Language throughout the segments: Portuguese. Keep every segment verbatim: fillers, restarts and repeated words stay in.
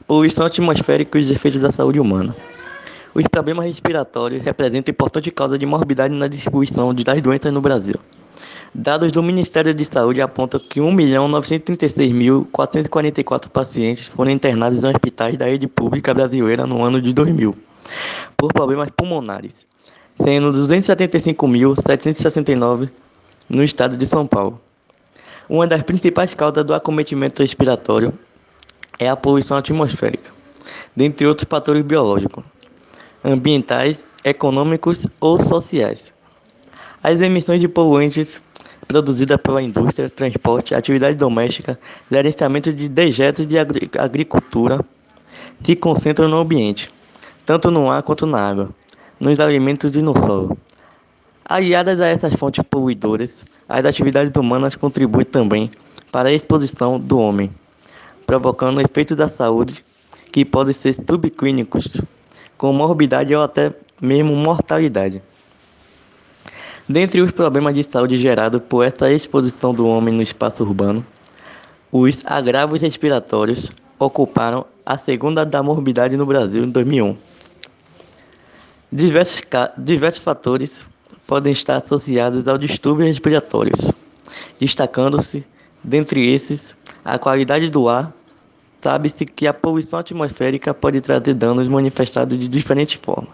Poluição atmosférica e os efeitos da saúde humana. Os problemas respiratórios representam importante causa de morbidade na distribuição das doenças no Brasil. Dados do Ministério de Saúde apontam que um milhão novecentos e trinta e seis mil quatrocentos e quarenta e quatro pacientes foram internados em hospitais da rede pública brasileira no ano de dois mil, por problemas pulmonares, sendo duzentos e setenta e cinco mil setecentos e sessenta e nove no estado de São Paulo. Uma das principais causas do acometimento respiratório é a poluição atmosférica, dentre outros fatores biológicos, ambientais, econômicos ou sociais. As emissões de poluentes produzidas pela indústria, transporte, atividade doméstica, gerenciamento de dejetos de agri agricultura se concentram no ambiente, tanto no ar quanto na água, nos alimentos e no solo. Aliadas a essas fontes poluidoras, as atividades humanas contribuem também para a exposição do homem, provocando efeitos da saúde que podem ser subclínicos, com morbidade ou até mesmo mortalidade. Dentre os problemas de saúde gerados por essa exposição do homem no espaço urbano, os agravos respiratórios ocuparam a segunda da morbidade no Brasil em dois mil e um. Diversos, diversos fatores podem estar associados aos distúrbios respiratórios, destacando-se, dentre esses, a qualidade do ar. Sabe-se que a poluição atmosférica pode trazer danos manifestados de diferentes formas.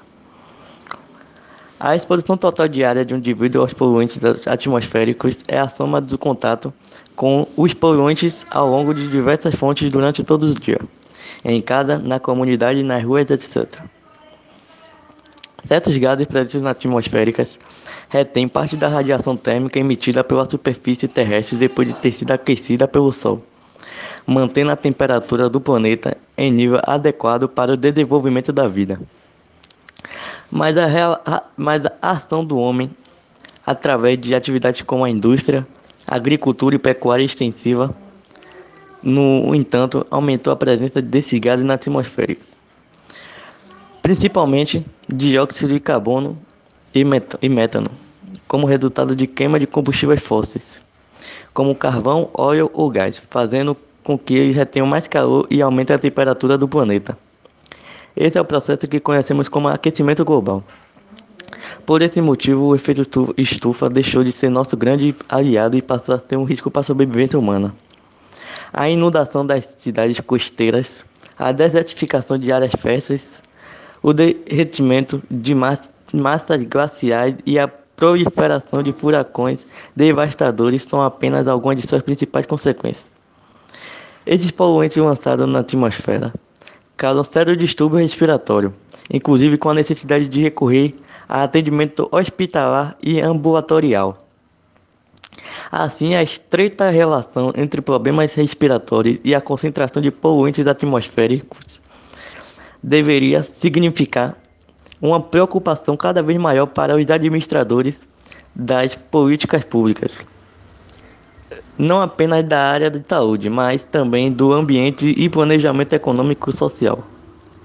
A exposição total diária de um indivíduo aos poluentes atmosféricos é a soma do contato com os poluentes ao longo de diversas fontes durante todo o dia, em casa, na comunidade, nas ruas, etcétera. Certos gases presentes na atmosfera retêm parte da radiação térmica emitida pela superfície terrestre depois de ter sido aquecida pelo Sol, mantendo a temperatura do planeta em nível adequado para o desenvolvimento da vida. Mas a, real, a, mas a ação do homem, através de atividades como a indústria, agricultura e pecuária extensiva, no entanto, aumentou a presença desses gases na atmosfera, principalmente dióxido de carbono e, met e metano, como resultado de queima de combustíveis fósseis, como carvão, óleo ou gás, fazendo com que eles retenham mais calor e aumentem a temperatura do planeta. Esse é o processo que conhecemos como aquecimento global. Por esse motivo, o efeito estufa deixou de ser nosso grande aliado e passou a ser um risco para a sobrevivência humana. A inundação das cidades costeiras, a desertificação de áreas férteis, o derretimento de massas glaciais e a proliferação de furacões devastadores são apenas algumas de suas principais consequências. Esses poluentes lançados na atmosfera causam sério distúrbio respiratório, inclusive com a necessidade de recorrer a atendimento hospitalar e ambulatorial. Assim, a estreita relação entre problemas respiratórios e a concentração de poluentes atmosféricos deveria significar uma preocupação cada vez maior para os administradores das políticas públicas, não apenas da área de saúde, mas também do ambiente e planejamento econômico e social.